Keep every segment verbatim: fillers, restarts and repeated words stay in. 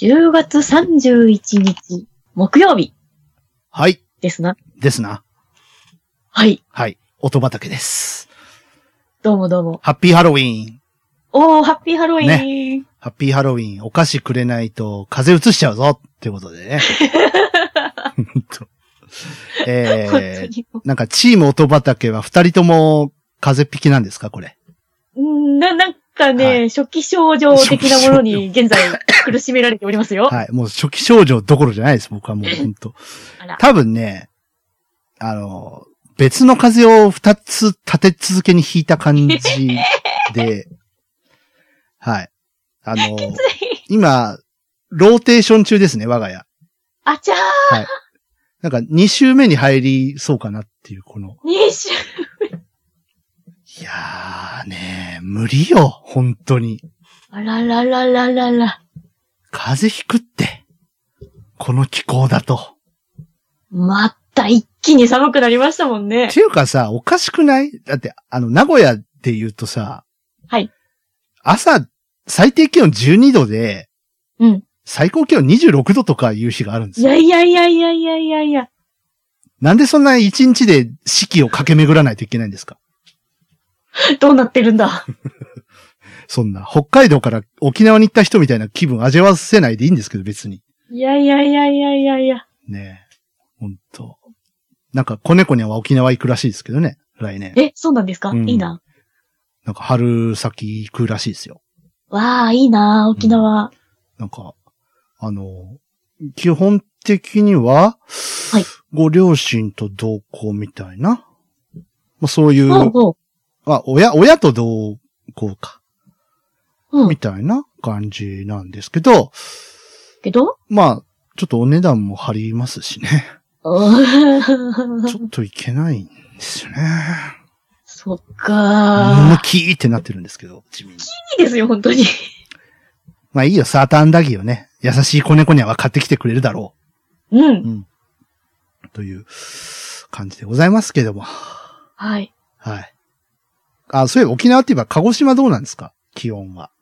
じゅうがつさんじゅういちにち、木曜日。 はい。 ですな。 ですな。 はい。 はい。音畑です。 どうもどうも。 ハッピーハロウィーン。 おー、ハッピーハロウィーン。 ね。ハッピーハロウィーン。お菓子くれないと風邪移しちゃうぞってことでね。えー、なんかチーム音畑は二人とも風邪っ引きなんですかこれ。 んな、なんかね、はい、初期症状的なものに現在苦しめられておりますよ。 はい。もう初期症状どころじゃないです。僕はもう本当多分ね、あの、別の風邪を二つ立て続けに引いた感じで、はい。あの、今、ローテーション中ですね、我が家。 あちゃー。はい。 なんか二週目に入りそうかなっていう、この。 二週目。 いやーねー、無理よ、本当に。 あらららららら。 風邪ひくって。この気候だと。 また一気に寒くなりましたもんね。 っていうかさ、おかしくない？だって、あの、名古屋で言うとさ。 はい。 朝、最低気温じゅうにどで。 うん。 最高気温にじゅうろくどとかいう日があるんですよ。 いやいやいやいやいやいやいや。 なんでそんな一日で四季を駆け巡らないといけないんですか？ どうなってるんだ。 そんな、北海道から沖縄に行った人みたいな気分味わわせないでいいんですけど、別に。 いやいやいやいやいやいや。 ねえ。ほんと。なんか、子猫には沖縄行くらしいですけどね、来年。 え、そうなんですか？うん、いいな。 なんか、春先行くらしいですよ。 わあ、いいな、沖縄、うん。 なんか、あの、基本的には、 はい。 ご両親と同行みたいな。まあ、そういう、 ほうほうあ、親、親と同行か。 うん。 みたいな感じなんですけど。 けどまあ、ちょっとお値段も張りますしね。ちょっといけないんですよね。 そっかー。むきーってなってるんですけど、地味に。 キーですよ、本当に。 まあいいよ、サーターアンダギーをね、優しい子猫には買ってきてくれるだろう。うん。 うん。という感じでございますけども。 はい。 はい。あ、そういえば沖縄って言えば鹿児島どうなんですか？気温は。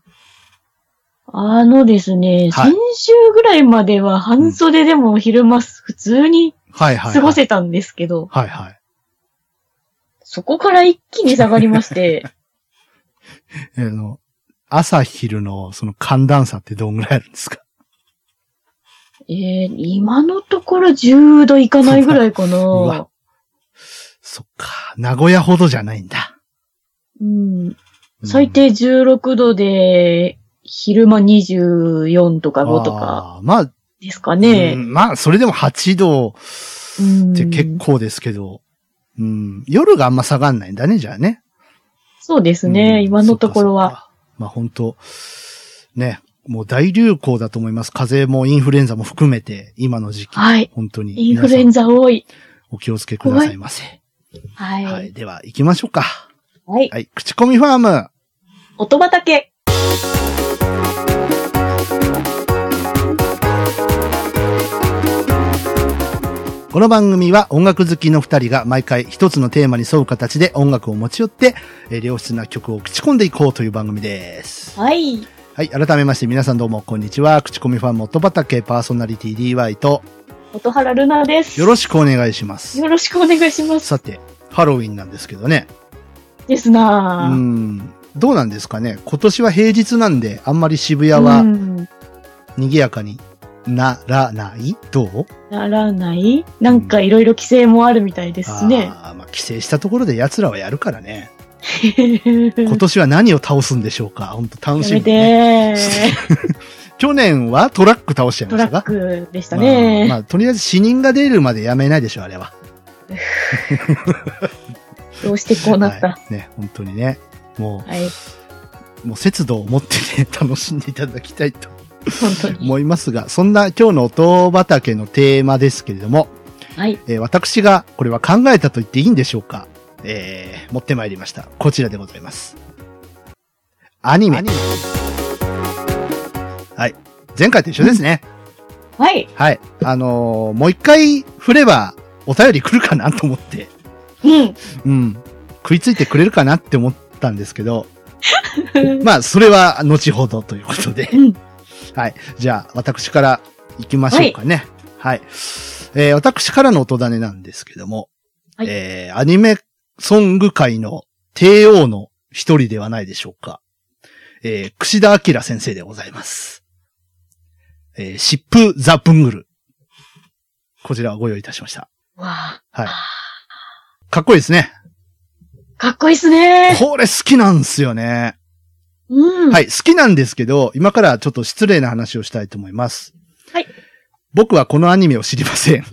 あのですね、はい、先週ぐらいまでは半袖でも昼間普通に過ごせたんですけど、 はいはいはい。 そこから一気に下がりまして。 あの、朝昼のその寒暖差ってどんぐらいあるんですか？ えー、今のところじゅうどいかないぐらいかな。うわ。 そっか、名古屋ほどじゃないんだ。 うん。最低じゅうろくどで、昼間にじゅうよんとかごとか。 あまあ。 ですかね。 うん、まあ、それでもはちどって結構ですけど、うん、夜があんま下がんないんだね、じゃあね。 そうですね、うん、今のところは。 まあ本当ね、もう大流行だと思います。風邪もインフルエンザも含めて、今の時期。 はい。 本当に。 インフルエンザ多い。 お気をつけくださいませ。 はい。 はい。では、行きましょうか。 はい。 はい。口コミファーム。 音畑。 この番組は音楽好きの二人が毎回一つのテーマに沿う形で音楽を持ち寄って、えー、良質な曲を口コんでいこうという番組です。 はい。 はい。改めまして皆さんどうもこんにちは。口コミファーム音畑パーソナリティ ディーワイ と音原ルナです。 よろしくお願いします。 よろしくお願いします。 さて、ハロウィンなんですけどね。 ですなぁ。 うん。どうなんですかね。今年は平日なんで、あんまり渋谷は賑やかにならない？どう？ ならない？なんかいろいろ規制もあるみたいですね。 うん、ああ、まあ規制したところで奴らはやるからね。今年は何を倒すんでしょうか。本当楽しみ、ね。 やめてー。 去年はトラック倒しちゃいましたか？ トラックでしたね。 まあ、まあ、とりあえず死人が出るまでやめないでしょ、あれは。 どうしてこうなった、 はい、ね、本当にね。もう、 はい、 もう節度を持ってね、楽しんでいただきたいと本当に思いますが、そんな今日の音畑のテーマですけれども、 はい。 えー、私がこれは考えたと言っていいんでしょうか？えー、持ってまいりました。こちらでございます。アニメ。アニメはい。前回と一緒ですね。 うん、はい。 はい。あのー、もう一回振ればお便り来るかなと思って。 うん。 うん。食いついてくれるかなって思ったんですけど、まあ、それは後ほどということで。 うん。 はい。じゃあ、私から行きましょうかね。はい。はい、えー、私からの音種なんですけども、はい、えー、アニメソング界の帝王の一人ではないでしょうか。えー、櫛田明先生でございます。えー、疾風ザ・ブングル。こちらをご用意いたしました。 わはい。かっこいいですね。 かっこいいですね。 これ好きなんですよね。 うん。 はい、好きなんですけど、今からちょっと失礼な話をしたいと思います。 はい。 僕はこのアニメを知りません。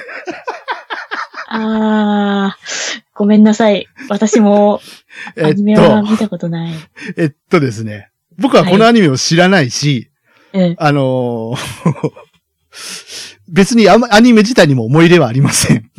あー、ごめんなさい。私も、アニメは見たことない。 えっと、えっとですね。僕はこのアニメを知らないし、はい、あのー、別にアニメ自体にも思い入れはありません。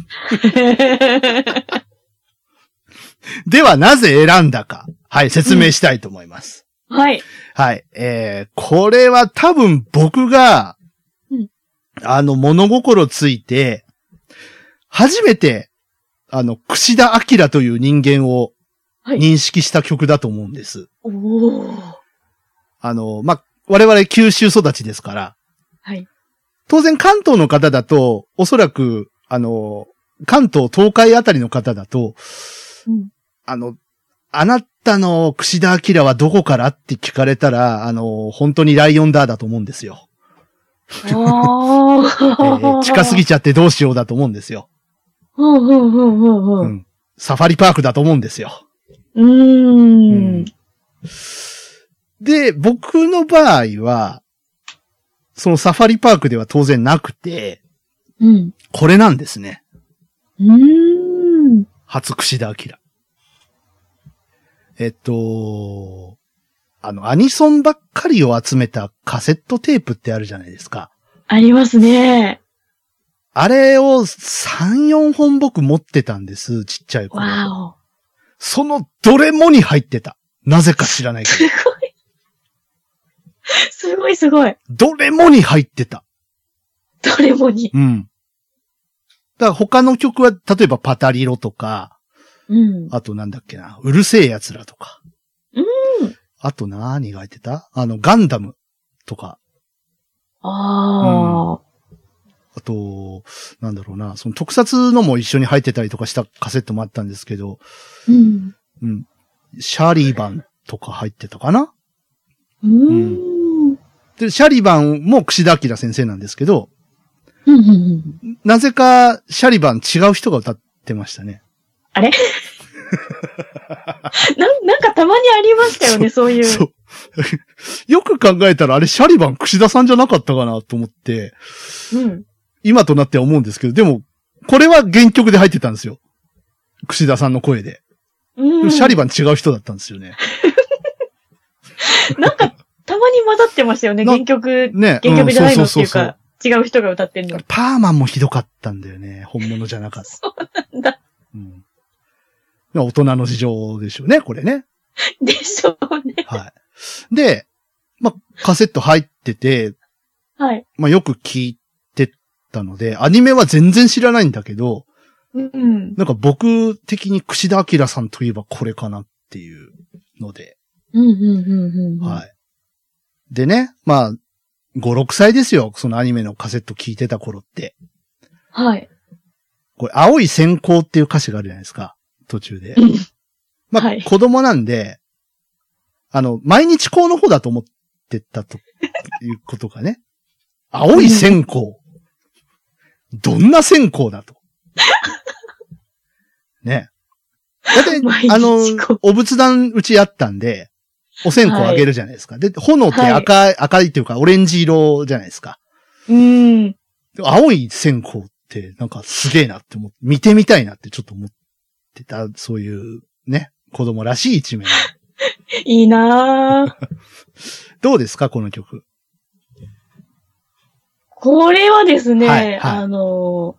では、なぜ選んだか。はい、説明したいと思います。 うん、はい。 はい。えー、これは多分僕が、うん、あの、物心ついて、初めて、あの、櫛田明という人間を認識した曲だと思うんです。 はい、おー。 あの、ま、我々九州育ちですから。 はい。 当然関東の方だと、おそらく、あの、関東、東海あたりの方だと、うん、あの、あなたの櫛田明はどこからって聞かれたら、あの、本当にライオンだだと思うんですよ。えー、近すぎちゃってどうしようだと思うんですよ。うん、サファリパークだと思うんですよ。 うーん、うん。 で、僕の場合は、そのサファリパークでは当然なくて、 うん、 これなんですね。 うーん。 初櫛田明。えっと、あの、アニソンばっかりを集めたカセットテープってあるじゃないですか。 ありますね。 あれをさん、よんほん僕持ってたんです。ちっちゃい頃。 わお。 そのどれもに入ってた。なぜか知らないけど。 すごい。すごいすごい。 どれもに入ってた。 どれもに。 うん。だから他の曲は、例えばパタリロとか、 うん。 あとなんだっけな、うるせえ奴らとか。 うん。 あと何が入ってた？あの、ガンダムとか。 ああ、うん。 あと、なんだろうな、その特撮のも一緒に入ってたりとかしたカセットもあったんですけど、 うん。 うん。シャリバンとか入ってたかな？ うーん。うん。 で、シャリバンも櫛田明先生なんですけど、 うんうんうん、 なぜかシャリバン違う人が歌ってましたね。 あれな、なんかたまにありましたよね、そ, そういう。そう。 よく考えたらあれシャリバン櫛田さんじゃなかったかなと思って、 うん。 今となっては思うんですけど、でも、これは原曲で入ってたんですよ。櫛田さんの声で。 うん。 シャリバン違う人だったんですよね。 なんか、たまに混ざってましたよね、原曲。ね。原曲じゃないのっていうか、うん、そうそうそうそう違う人が歌ってるの。 パーマンもひどかったんだよね。本物じゃなかった。 そうなんだ。 うん。大人の事情でしょうね、これね。 でしょうね。 はい。で、まあ、カセット入ってて、 はい。 まあ、よく聞いてたので、アニメは全然知らないんだけど、 うん。なんか僕的に櫛田明さんといえばこれかなっていうので。 うん、うん、うん、うん。 はい。でね、まあ、ご、ろくさいですよ。そのアニメのカセット聞いてた頃って。 はい。 これ、青い閃光っていう歌詞があるじゃないですか。途中で。まあ、はい、子供なんで、あの、毎日校の方だと思ってたということかね。青い線香。どんな線香だと。ね。だって、あの、お仏壇うちあったんで、お線香あげるじゃないですか。はい、で、炎って赤い、はい、赤いっていうかオレンジ色じゃないですか。 うん。 青い線香ってなんかすげえなって思って、見てみたいなってちょっと思ってた、そういうね、子供らしい一面。 いいなぁ。 どうですか、この曲。 これはですね、はいはい、あの、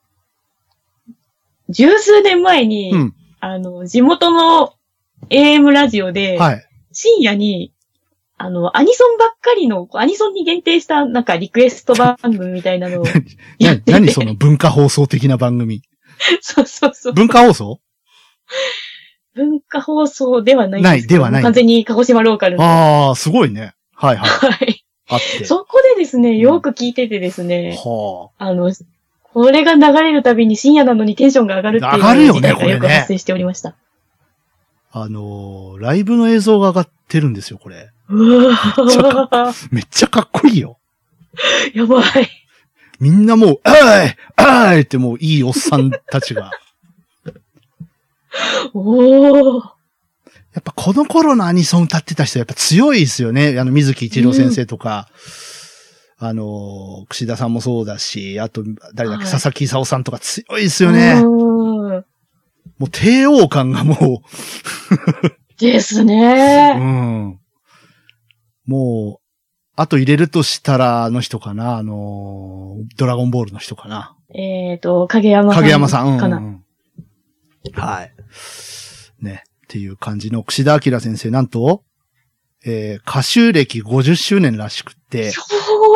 十数年前に、うん、あの、地元の エーエム ラジオで、はい、深夜に、あの、アニソンばっかりの、アニソンに限定した、なんかリクエスト番組みたいなのをやってて。 何その文化放送的な番組。 そうそうそう。 文化放送文化放送ではないんですけど。 ない、ではない。 完全に鹿児島ローカルの。 ああ、すごいね。はいはい。 はい。 あって。 そこでですね、よく聞いててですね、はあ、あの、これが流れるたびに深夜なのにテンションが上がるっていう事態がよく発生しておりました。 あのー、ライブの映像が上がってるんですよ、これ。 うわぁ。めっちゃかっこいいよ。 やばい。 みんなもう、あいあいってもういいおっさんたちが。 おー。 やっぱこの頃のアニソン歌ってた人やっぱ強いですよね。あの、水木一郎先生とか、うん、あの、串田さんもそうだし、あと、誰だっけ、はい、佐々木勲さんとか強いですよね。もう帝王感がもうですね。 うん。もう、あと入れるとしたら、あの人かな、あの、ドラゴンボールの人かな。 えっと、影山さん。 影山さん。 かな。 うんうん、はい。ね。っていう感じの、串田明先生、なんと、えー、歌手歴ごじゅっしゅうねんらしくって。 そう、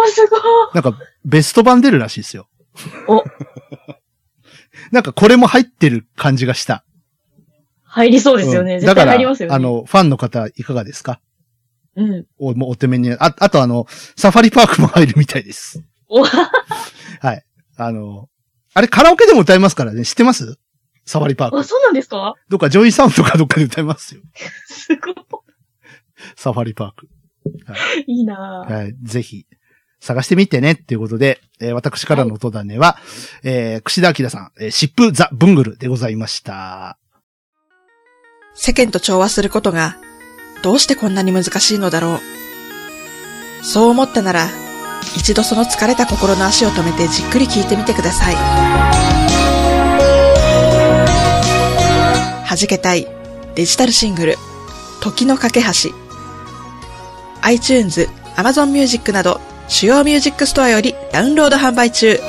すごい。 なんか、ベスト版出るらしいですよ。 お。 なんかこれも入ってる感じがした。 入りそうですよね。うん、絶対入りますよね。 だから、あの、ファンの方いかがですか？ うん。 お、もうお手目に、あ、あとあの、サファリパークも入るみたいです。 おはい。あの、あれカラオケでも歌いますからね。知ってます？サファリパーク。 あ、そうなんですか？ どっかジョイサウンドかどっかで歌いますよ。 すごい。 サファリパーク。 はい、いいなぁ。 はい。ぜひ、探してみてねっていうことで、えー、私からの音種は、はい、えー、串田明さん、えー、シップザ・ブングルでございました。 世間と調和することが、どうしてこんなに難しいのだろう。そう思ったなら、一度その疲れた心の足を止めてじっくり聞いてみてください。弾けたいデジタルシングル、時の架け橋。iTunes、Amazon Music など主要ミュージックストアよりダウンロード販売中。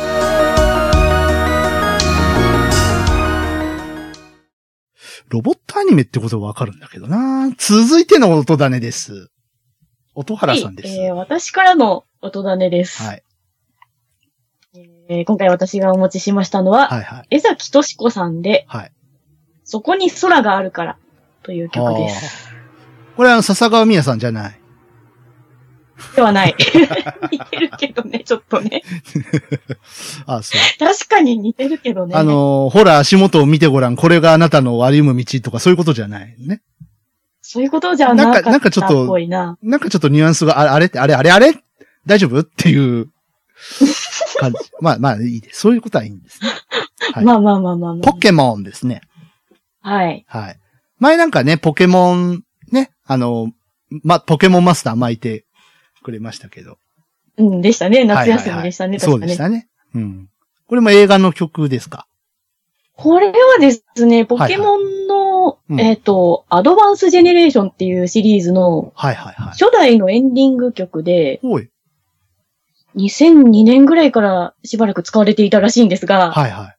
ロボットアニメってことはわかるんだけどな。続いての音種です。音原さんです。 はい、えー、私からの音種です。 はい。 えー、今回私がお持ちしましたのは、はいはい、江崎敏子さんで、はい、そこに空があるからという曲です。 これはあの笹川美也さんじゃない。 ではない。似てるけどね、ちょっとね。 あ、そう。 確かに似てるけどね。 あのー、ほら足元を見てごらん、これがあなたの歩む道とかそういうことじゃないね。 そういうことじゃなかったっぽいな。 なんか、なんかちょっと、なんかちょっとニュアンスが、あれ、あれって、あれ、あれ、あれ大丈夫っていう感じ。まあまあいいです。そういうことはいいんですね。 はい、まあまあまあまあ、まあ。 ポケモンですね。 はい。 はい。前なんかね、ポケモン、ね、あの、ま、ポケモンマスター巻いてくれましたけど。 うん、でしたね。夏休みでしたね。 はいはいはい、そうでしたね。うん。これも映画の曲ですか？ これはですね、ポケモンの、はいはい、えっ、ー、と、アドバンスジェネレーションっていうシリーズの、 はいはいはい。 初代のエンディング曲で、 はい、 にせんにねんぐらいからしばらく使われていたらしいんですが、 はいはい。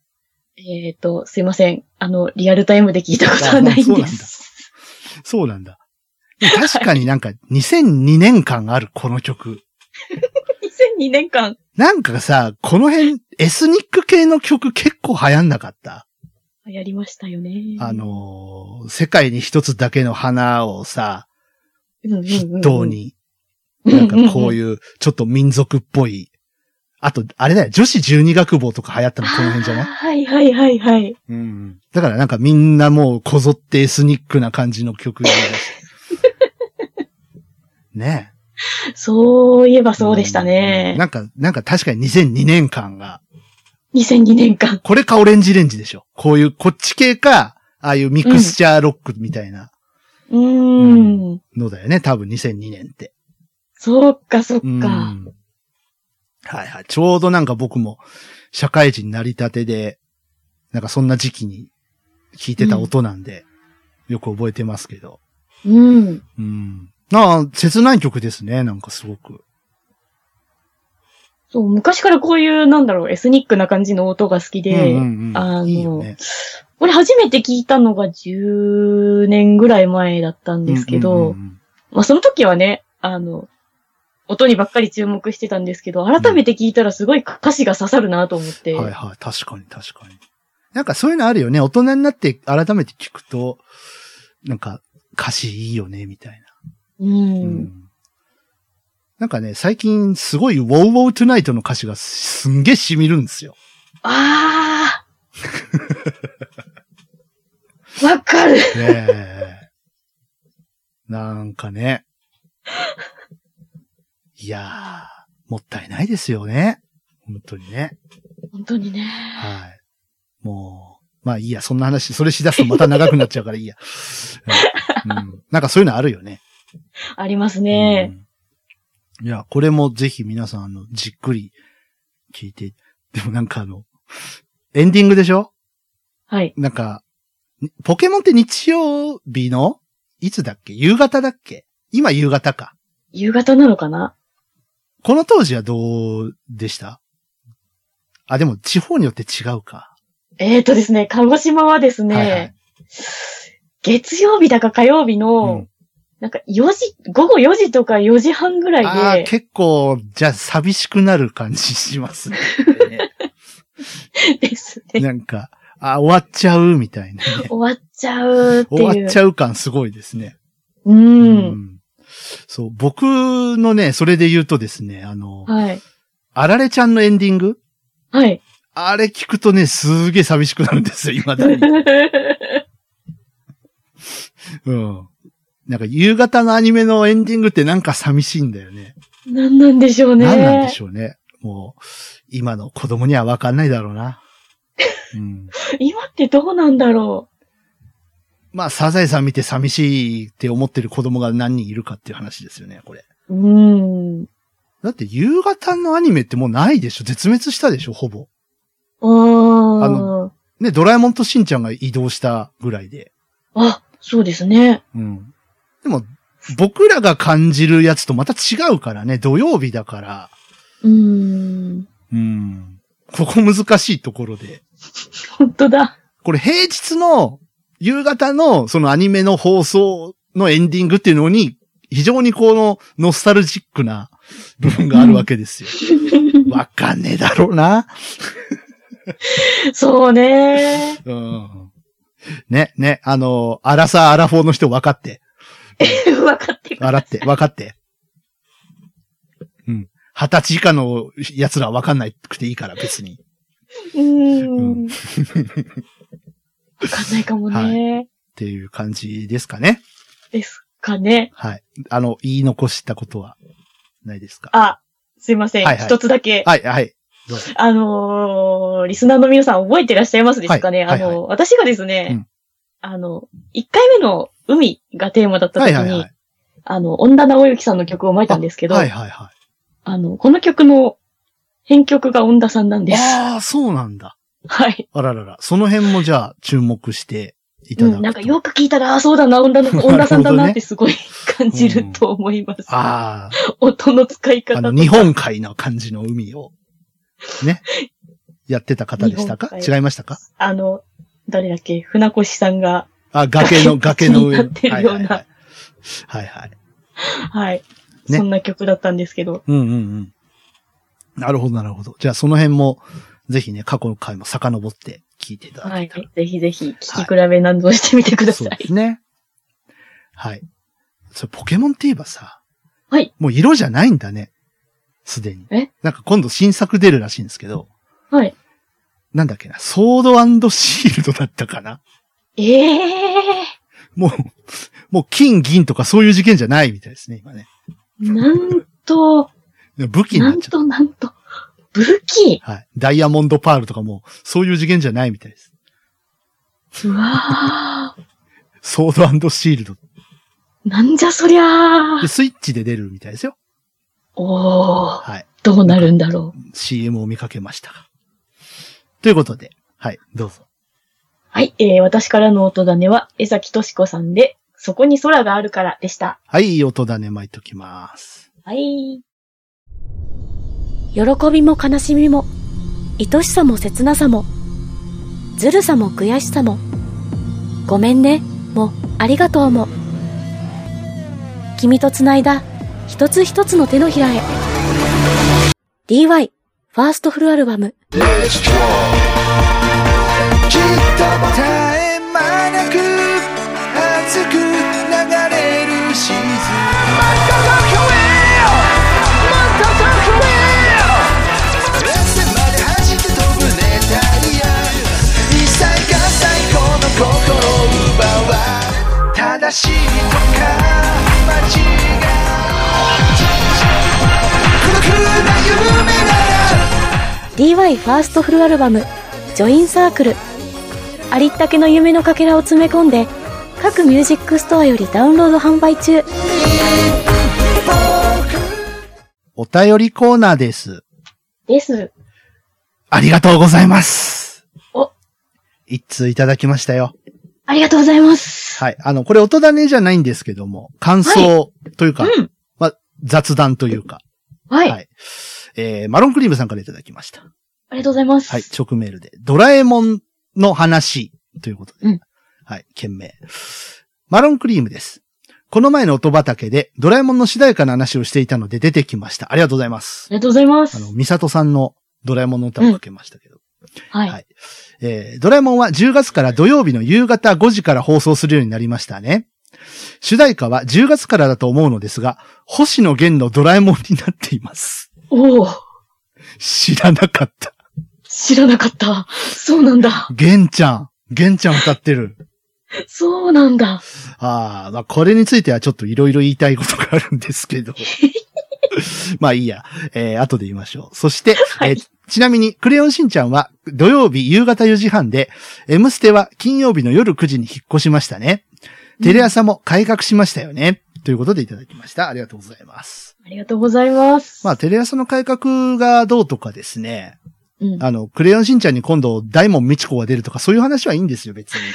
えっ、ー、と、すいません。あの、リアルタイムで聞いたことはないんです。 そうなんだ。そうなんだ。確かになんかにせんにねんかんあるこの曲。にせんにねんかん。 なんかさ、この辺、エスニック系の曲結構流行んなかった？ 流行りましたよね。 あのー、世界に一つだけの花をさ、筆頭に、なんかこういうちょっと民族っぽい、あと、あれだよ、女子十二学坊とか流行ったのこの辺じゃない？ はいはいはいはい。 うん。だからなんかみんなもうこぞってエスニックな感じの曲ねえ。 そういえばそうでしたね。 うん、なんか、なんか確かににせんにねんかんが。 にせんにねんかん。 これかオレンジレンジでしょ。こういう、こっち系か、ああいうミクスチャーロックみたいな。 うん。うん、 のだよね、多分にせんにねんって。 そうか、そっか。うん。 はいはい。ちょうどなんか僕も社会人なりたてで、なんかそんな時期に聞いてた音なんで、うん、よく覚えてますけど。 うん。 うん。ああ、切ない曲ですね、なんかすごく。 そう、昔からこういう、なんだろう、エスニックな感じの音が好きで、うんうんうん、あの、いいよね、これ初めて聞いたのがじゅうねんぐらい前だったんですけど、うんうんうん、まあその時はね、あの、音にばっかり注目してたんですけど、改めて聞いたらすごい歌詞が刺さるなと思って、 うん。はいはい、確かに確かに。なんかそういうのあるよね。大人になって改めて聞くと、なんか歌詞いいよね、みたいな。 うん。うん、 なんかね、最近すごい Wow Wow Tonight の歌詞がすんげえ染みるんですよ。 ああ。わかる。ねえ。なんかね。いやー、もったいないですよね。本当にね。 本当にね。 はい。もう、まあいいや、そんな話、それしだすとまた長くなっちゃうからいいや。うん、なんかそういうのあるよね。 ありますね。 うん、いや、これもぜひ皆さん、あの、じっくり聞いて、でもなんかあの、エンディングでしょ？ はい。 なんか、ポケモンって日曜日のいつだっけ？夕方だっけ？今夕方か。 夕方なのかな？ この当時はどうでした？あ、でも地方によって違うか。 えーとですね、鹿児島はですね、はいはい、月曜日だか火曜日の、うん、なんかよじ、午後よじとかよじはんぐらいで。ああ、 結構、じゃあ寂しくなる感じしますね。 ですね。 なんか、あ、終わっちゃうみたいな、ね。 終わっちゃうっていう。 終わっちゃう感すごいですね。 うん。うん、 そう、僕のね、それで言うとですね、あの、 はい。 あられちゃんのエンディング？ はい。 あれ聞くとね、すげえ寂しくなるんですよ、未だに。うん。なんか夕方のアニメのエンディングってなんか寂しいんだよね。 なんなんでしょうね。 なんなんでしょうね。もう、今の子供にはわかんないだろうな。うん、 今ってどうなんだろう。まあ、サザエさん見て寂しいって思ってる子供が何人いるかっていう話ですよね、これ。 うーん。 だって夕方のアニメってもうないでしょ？絶滅したでしょ？ほぼ。 ああ。 あの、ね、ドラえもんとしんちゃんが移動したぐらいで。 あ、そうですね。 うん。でも、僕らが感じるやつとまた違うからね、土曜日だから。 うーん。 うん。ここ難しいところで。 本当だ。 これ平日の夕方のそのアニメの放送のエンディングっていうのに非常にこのノスタルジックな部分があるわけですよ。わ、うん、かんねえだろうな。 そうね、 うん。ね、ね、あの、アラサーアラフォーの人分かって。 分かって笑って、分かって。うん。二十歳以下の奴らは分かんなくていいから別に。 うーん。うん、分かんないかもね、はい。 っていう感じですかね。 ですかね。 はい。あの、言い残したことはないですか？ あ、すいません。はいはい、一つだけ。 はい、はい。どうぞ。 あのー、リスナーの皆さん覚えてらっしゃいますですかね、はい、あの、はいはい、私がですね、うん、あの、一回目の海がテーマだった時に、はいはいはい、あの、恩田直之さんの曲を巻いたんですけど、 はいはいはい。 あの、この曲の編曲が恩田さんなんです。 ああ、そうなんだ。 はい。 あららら。その辺もじゃあ注目していただくと。 うん、なんかよく聞いたら、ああ、そうだな、恩田の、恩田さんだなってすごい感じると思います。 うん、ああ。 音の使い方とか。 あの、日本海の感じの海を、ね。やってた方でしたか？違いましたか？あの、誰だっけ？船越さんが。 あ、崖の、崖の上になってるような。 はいはい。はいはい。 はい。ね、そんな曲だったんですけど。 うんうんうん。なるほどなるほど。じゃあその辺も、ぜひね、過去の回も遡って聞いていただいて。 はい。ぜひぜひ、聞き比べなどしてみてください。 はい、そうですね。はい。それポケモンって言えばさ。 はい。 もう色じゃないんだね。すでに。 え？ なんか今度新作出るらしいんですけど。 はい。 なんだっけな、ソード&シールドだったかな？ ええー。 もう、もう金銀とかそういう事件じゃないみたいですね、今ね。 なんと、 武器になっちゃった。 なんとなんと、武器？ はい。ダイヤモンドパールとかも、そういう事件じゃないみたいです。 うわー。 ソード&シールド。 なんじゃそりゃー。 で、スイッチで出るみたいですよ。 おー。 はい。 どうなるんだろう。 シーエム を見かけましたが。ということで、はい、どうぞ。 はい、えー、私からの音種は、江崎敏子さんで、そこに空があるからでした。 はい、音種巻いときます。 はい。喜びも悲しみも、愛しさも切なさも、ずるさも悔しさも、ごめんね、もありがとうも、君と繋いだ一つ一つの手のひらへ。ディーワイ ファーストフルアルバム。きっと絶え間なく熱く流れるシーズンディーワイ ファーストフルアルバムジョインサークル。ありったけの夢のかけらを詰め込んで各ミュージックストアよりダウンロード販売中。 お便りコーナーです。 です。 ありがとうございます。 お。 一通いただきましたよ。 ありがとうございます。 はい。あの、これ音種じゃないんですけども、感想というか、はいうん、まあ、雑談というか。 はい。はい。 えー、マロンクリームさんからいただきました。 ありがとうございます。 はい。直メールで。ドラえもんの話ということで。 うん。 はい。件名。マロンクリームです。この前の音畑でドラえもんの主題歌の話をしていたので出てきました。ありがとうございます。 ありがとうございます。 あの、ミサトさんのドラえもんの歌をかけましたけど。 うん、はい。はい。 えー、ドラえもんはじゅうがつから土曜日の夕方ごじから放送するようになりましたね。主題歌はじゅうがつからだと思うのですが、星野源のドラえもんになっています。 おお。知らなかった。 知らなかった。そうなんだ。 源ちゃん。源ちゃん歌ってる。 そうなんだ。 ああ、まあこれについてはちょっといろいろ言いたいことがあるんですけど。まあいいや。えー、後で言いましょう。そして、はい、えー、ちなみに、クレヨンしんちゃんは土曜日夕方よじはんで、M ステは金曜日の夜くじに引っ越しましたね。うん、テレ朝も改革しましたよね。ということでいただきました。ありがとうございます。 ありがとうございます。 まあテレ朝の改革がどうとかですね。 うん、 あの、クレヨンしんちゃんに今度大門みち子が出るとかそういう話はいいんですよ、別に。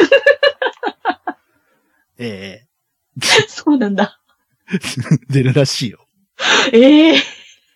ええー。そうなんだ。 出るらしいよ。 ええー。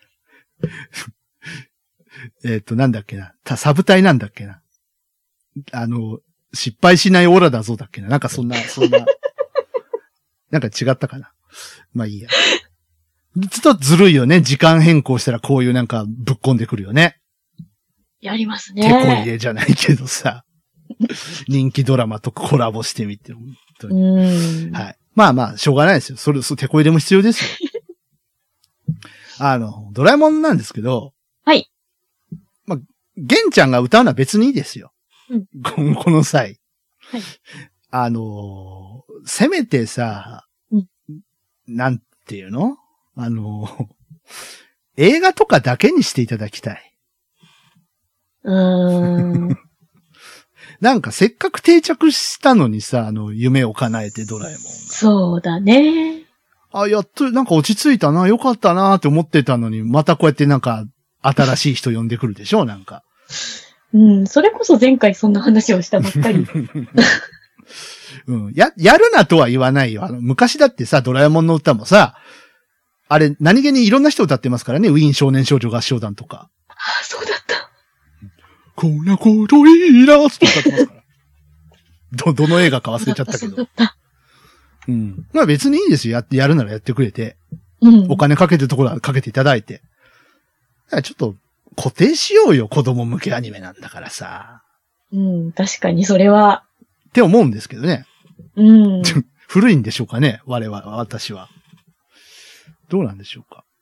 えっと、なんだっけな。た、サブ隊なんだっけな。あの、失敗しないオラだぞだっけな。なんかそんな、そんな。なんか違ったかな。まあいいや。ちょっとずるいよね。時間変更したらこういうなんかぶっこんでくるよね。 やりますね。 手こ入れじゃないけどさ。人気ドラマとコラボしてみて、本当に。 うん。 はい。まあまあ、しょうがないですよ。それ、そ手こ入れも必要ですよ。あの、ドラえもんなんですけど。 はい。 まあ、玄ちゃんが歌うのは別にいいですよ。 うん。 この際。 はい。 あの、せめてさ、 うん、 なんていうの？あの、映画とかだけにしていただきたい。 うーん。 なんかせっかく定着したのにさ、あの、夢を叶えてドラえもんが。 そうだね。 あ、やっと、なんか落ち着いたな、よかったなって思ってたのに、またこうやってなんか、新しい人呼んでくるでしょ、なんか。 うん、それこそ前回そんな話をしたばっかり。 うん、や、やるなとは言わないよ。あの、昔だってさ、ドラえもんの歌もさ、あれ、何気にいろんな人歌ってますからね、ウィーン少年少女合唱団とか。 ああ、そうだった。 こんなこといいなって歌ってますから。ど、どの映画か忘れちゃったけど。 そうだった。 うん。まあ別にいいですよ。やって、やるならやってくれて。 うん。 お金かけてるところはかけていただいて。ちょっと、固定しようよ、子供向けアニメなんだからさ。 うん、確かにそれは。 って思うんですけどね。 うん。 古いんでしょうかね、我々、私は。どうなんでしょうか。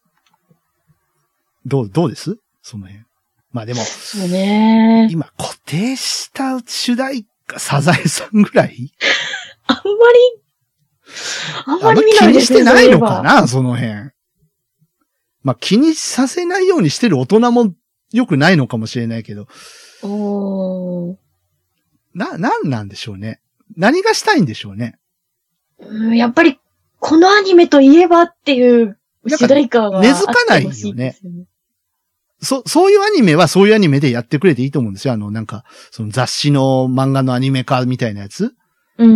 どう、どうですその辺。まあでも。 そうね。 今、固定した主題歌、サザエさんぐらいあんまり、あんまり見ないですね。 気にしてないのかな、その辺。まあ気にさせないようにしてる大人も良くないのかもしれないけど。 おー。 な、なんなんでしょうね。何がしたいんでしょうね。 うん、やっぱり、このアニメといえばっていう主題歌が根付かないよね。そ、そういうアニメはそういうアニメでやってくれていいと思うんですよ。あの、なんか、その雑誌の漫画のアニメ化みたいなやつ。 うん。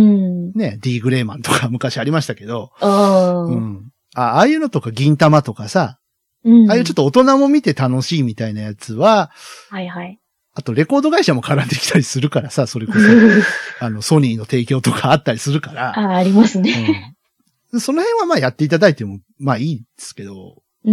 ね、D グレイマンとか昔ありましたけど。 あ、 うん、あ。ああいうのとか銀玉とかさ。 うん、 ああいうちょっと大人も見て楽しいみたいなやつは。 はいはい。 あとレコード会社も絡んできたりするからさ、それこそ。あの、ソニーの提供とかあったりするから。 ああ、ありますね。 うん、その辺はまあやっていただいても、まあいいですけど。 うん。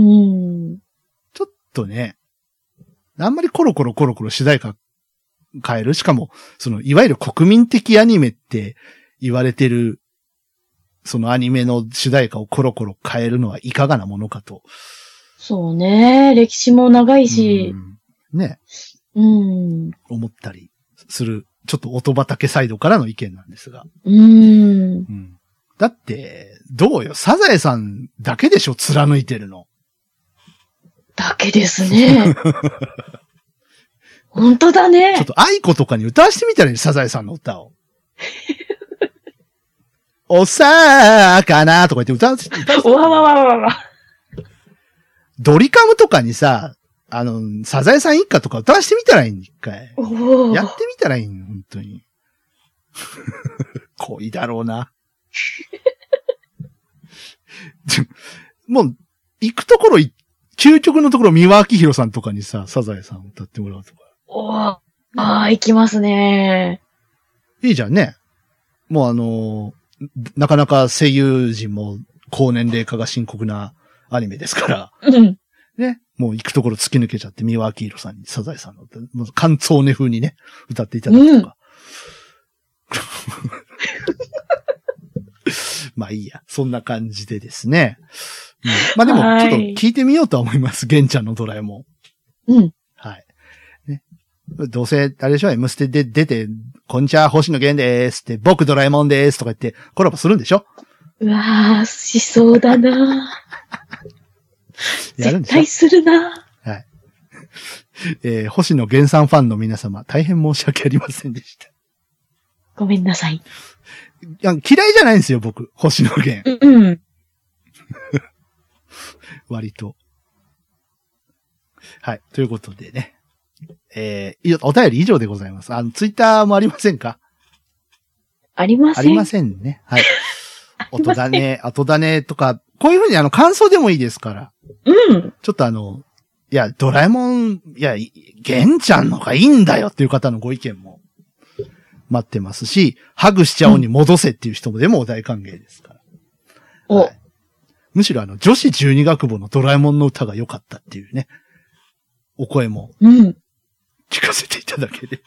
ちょっとね。あんまりコロコロコロコロ主題歌変える。しかも、その、いわゆる国民的アニメって言われてる、そのアニメの主題歌をコロコロ変えるのはいかがなものかと。 そうね。歴史も長いし。 うん、ね。 うん。 思ったりする、ちょっと音畑サイドからの意見なんですが。 うん。うん。 だって、どうよ。サザエさんだけでしょ貫いてるの。 だけですね。 本当だね。 ちょっと愛子とかに歌わしてみたらいい、サザエさんの歌を。おさーかなーとか言って歌わせて。 わわわわわ。 ドリカムとかにさ、あの、サザエさん一家とか歌わしてみたらいいん一回。やってみたらいいの、本当に。恋だろうな。もう、行くところ、究極のところ、三輪明宏さんとかにさ、サザエさん歌ってもらうとか。 おー、ああ、行きますね。 いいじゃんね。もうあのー、なかなか声優陣も高年齢化が深刻なアニメですから。 うん。 ね。もう行くところ突き抜けちゃって、三輪明宏さんにサザエさんの歌、もう関東音風にね、歌っていただくとか。うん、まあいいや。そんな感じでですね。うん、まあでも、ちょっと聞いてみようとは思います。玄ちゃんのドラえもん。うん。 はい。ね。どうせ、あれでしょ、Mステで出て、こんにちは、星野源でーすって、僕ドラえもんでーすとか言ってコラボするんでしょ？ うわー、しそうだなやるんでしょ？絶対するなはい。えー、星野源さんファンの皆様、大変申し訳ありませんでした。 ごめんなさい。いや、嫌いじゃないんですよ、僕、星野源。 うん。 割と。はい。ということでね。えー、お便り以上でございます。あの、ツイッターもありませんか？ ありません。 ありませんね。はい。音だね、後だねとか、こういうふうにあの、感想でもいいですから。 うん。 ちょっとあの、いや、ドラえもん、いや、玄ちゃんのがいいんだよっていう方のご意見も待ってますし、ハグしちゃおうに戻せっていう人もでも大歓迎ですから。 お、 はい、むしろあの、女子十二学部のドラえもんの歌が良かったっていうね、お声も。うん。聞かせていただけで。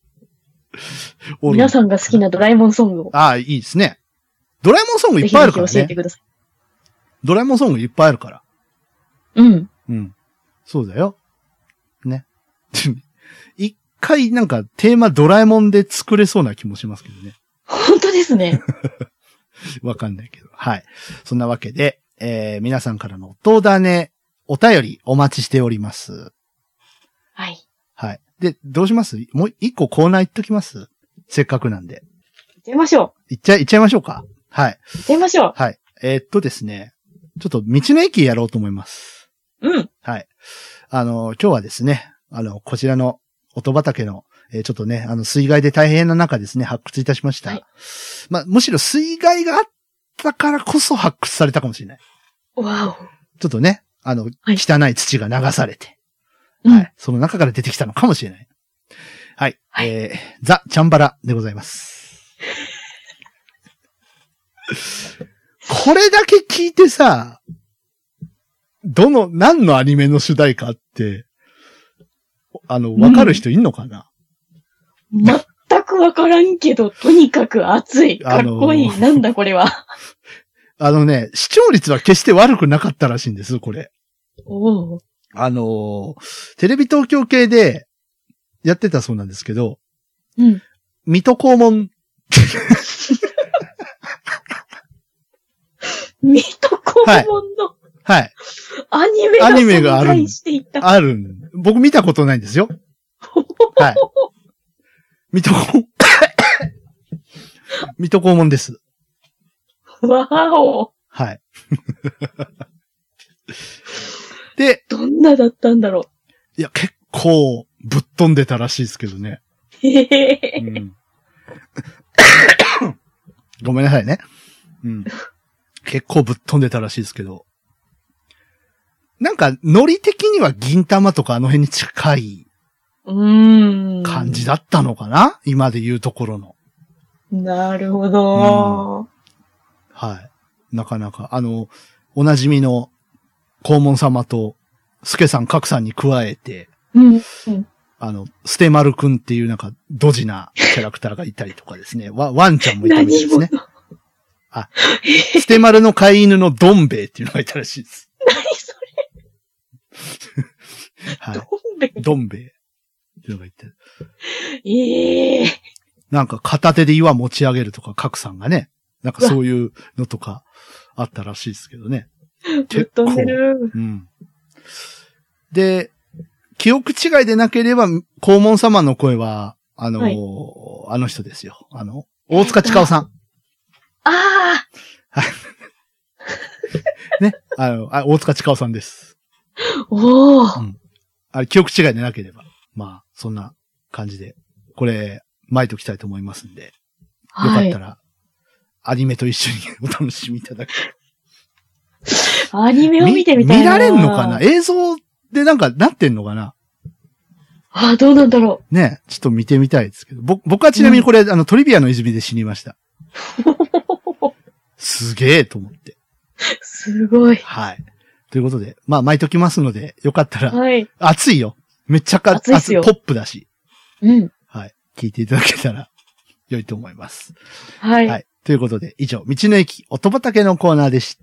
皆さんが好きなドラえもんソングを。 ああ、いいですね。ドラえもんソングいっぱいあるからね。 ぜひぜひ教えてください。 ドラえもんソングいっぱいあるから。 うん。 うん。そうだよ。ね。一回なんかテーマドラえもんで作れそうな気もしますけどね。 本当ですね。 わかんないけど。はい。そんなわけで、えー、皆さんからの音種、お便りお待ちしております。 はい。 はい。で、どうします？もう一個コーナー行っときます？せっかくなんで。 行っちゃいましょう。行っちゃ、行っちゃいましょうか。はい。 行っちゃいましょう。 はい。えー、っとですね。ちょっと道の駅やろうと思います。 うん。 はい。あの、今日はですね、あの、こちらの音畑の、えー、ちょっとね、あの、水害で大変な中ですね、発掘いたしました。はい、まあ、むしろ水害があったからこそ発掘されたかもしれない。 わお。 ちょっとね、あの、はい、汚い土が流されて、 うん、 はい。その中から出てきたのかもしれない。はい。はい、えー、ザ・チャンバラでございます。これだけ聞いてさ、どの、何のアニメの主題歌って、あの、わかる人いんのかな、 うん、全くわからんけど、とにかく熱い。かっこいい。あのー、なんだこれは。 あのね、視聴率は決して悪くなかったらしいんです、これ。 おー。 あのー、テレビ東京系でやってたそうなんですけど、 うん。 水戸黄門。 水戸黄門の、 はい。はい。 アニメがアニメがある。 ある。僕見たことないんですよ。はい。水戸黄門。水戸黄門です。 わーお。 はい。で、 どんなだったんだろう。 いや、結構ぶっ飛んでたらしいですけどね。 へへへ、うん、 ごめんなさいね。うん。結構ぶっ飛んでたらしいですけど。なんか、ノリ的には銀玉とかあの辺に近い感じだったのかな？今で言うところの。 なるほど、うん。 はい。なかなか、あの、おなじみの黄門様と、スケさん、カクさんに加えて、 うんうん、 あの、ステマルくんっていうなんか、ドジなキャラクターがいたりとかですね。ワ, ワンちゃんもいたりですね。あ、ステマルの飼い犬のドンベイっていうのがいたらしいです。 何それはい。ドンベイドンベイっていうのがいて。 ええー。 なんか片手で岩持ち上げるとか、カクさんがね、なんかそういうのとかあったらしいですけどね。 ぶっ飛んでる。 うん。で、昨記憶違いでなければ、黄門様の声は、あのーはい、あの人ですよ。あの、大塚千佳さん。 ああはい。ね。あの、あ大塚千佳さんです。 おー。うん。 あれ、記憶違いでなければ。まあ、そんな感じで。これ、巻いときたいと思いますんで。よかったら、はい、アニメと一緒にお楽しみいただけアニメを見てみたいな。 見られんのかな？映像でなんかなってんのかな？ ああ、どうなんだろう。ね、ちょっと見てみたいですけど。ぼ僕はちなみにこれ、うん、あの、トリビアの泉で知りました。すげえと思って。 すごい。 はい。ということで、まあ巻いときますので、よかったら。 はい。 熱いよ。めっちゃか、 熱いですよ。 ポップだし。 うん。 はい。聞いていただけたら良いと思います。 はい。 はい。ということで、以上、道の駅音畑のコーナーでした。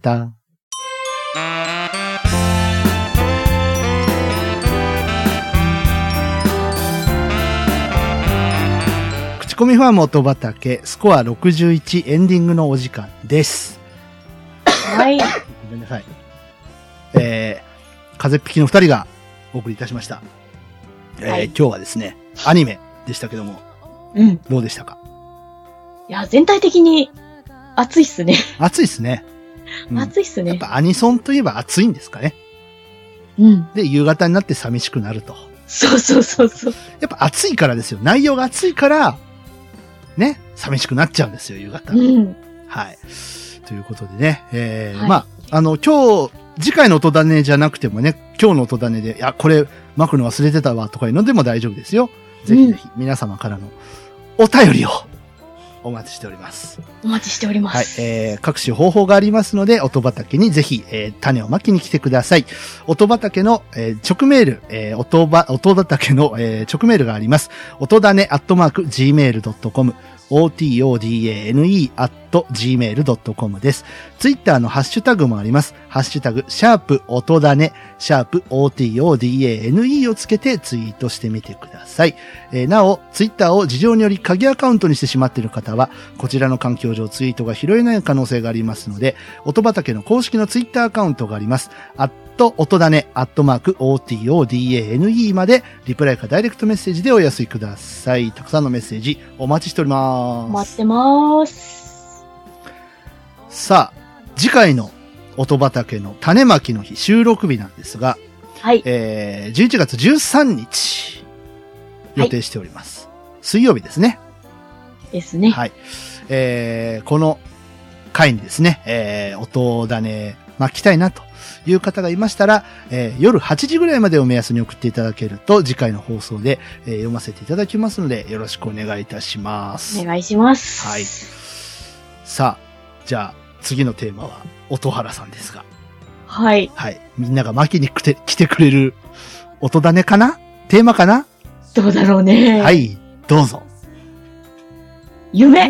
口コミファーム音畑、スコアろくじゅういちエンディングのお時間です。 はい。ごめんなさい。えー、風邪っぴきの二人がお送りいたしました。えーはい、今日はですね、アニメでしたけども、 うん。 どうでしたか？ いや、全体的に熱いっすね。 熱いっすね。 うん、熱いっすね。 やっぱアニソンといえば熱いんですかね。 うん。 で、夕方になって寂しくなると。 そうそうそうそう。 やっぱ熱いからですよ。内容が熱いから、ね、寂しくなっちゃうんですよ、夕方。 うん。 はい。ということでね、えー、はい、まあ、あの、今日、次回の音種じゃなくてもね、今日の音種で、いや、これ、巻くの忘れてたわ、とかいうのでも大丈夫ですよ。ぜひぜひ、皆様からのお便りをお待ちしております。 お待ちしております。 はい。えー、各種方法がありますので、音畑にぜひ、えー、種をまきに来てください。音畑の、えー、直メール、えー、音ば、音畑の、えー、直メールがあります。音種アットマーク ジーメールドットコム。オーティーオーディーエーエヌイー アット ジーメールドットコム です。ツイッターのハッシュタグもあります。ハッシュタグ、シャープ音種、シャープ オーティーオーディーエーエヌイー をつけてツイートしてみてください。えー、なお、ツイッターを事情により鍵アカウントにしてしまっている方は、こちらの環境上ツイートが拾えない可能性がありますので、音畑の公式のツイッターアカウントがあります。アット音種、アットマーク オーティーオーディーエーエヌイー まで、リプライかダイレクトメッセージでお寄せください。たくさんのメッセージお待ちしております。 待ってます。 さあ、次回の音畑の種まきの日、収録日なんですが、 はい。 えー、じゅういちがつじゅうさんにち、予定しております。はい、水曜日ですね。 ですね。 はい。えー、この回にですね、えー、音種巻きたいなという方がいましたら、えー、夜はちじぐらいまでを目安に送っていただけると、次回の放送で、えー、読ませていただきますので、よろしくお願いいたします。 お願いします。 はい。さあ、じゃあ、次のテーマは、音原さんですが。 はい。 はい。みんなが巻きに来て、来てくれる、音種かな？テーマかな？ どうだろうね。 はい、どうぞ。 夢。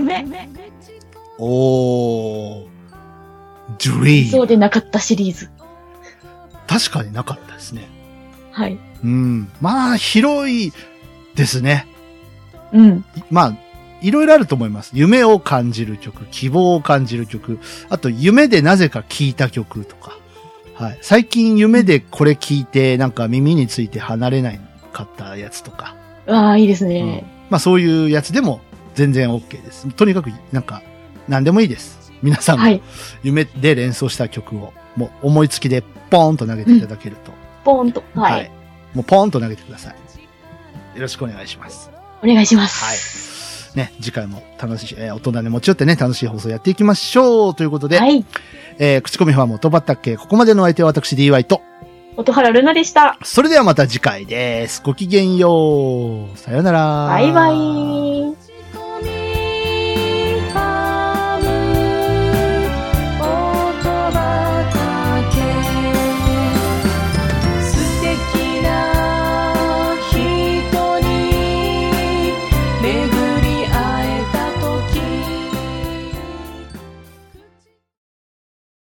おー。dream。 そうでなかったシリーズ。 確かになかったですね。 はい。 うん。まあ、広いですね。 うん。 まあ、いろいろあると思います。夢を感じる曲、希望を感じる曲、あと夢でなぜか聴いた曲とか。はい。最近夢でこれ聴いて、なんか耳について離れないかったやつとか。 ああ、いいですね、 うん。まあそういうやつでも全然 OK です。とにかく、なんか、何でもいいです。皆さんも夢で連想した曲を、もう思いつきでポーンと投げていただけると。うん、 ポーンと、はい。はい。 もうポーンと投げてください。よろしくお願いします。 お願いします。 はい。ね、次回も楽しい、えー、大人で持ち寄ってね、楽しい放送やっていきましょうということで、 はい。 えー、口コミファーム音畑、ここまでのお相手は私 ディーワイ と、 音原ルナでした。 それではまた次回です。ごきげんよう。さよなら。 バイバイ。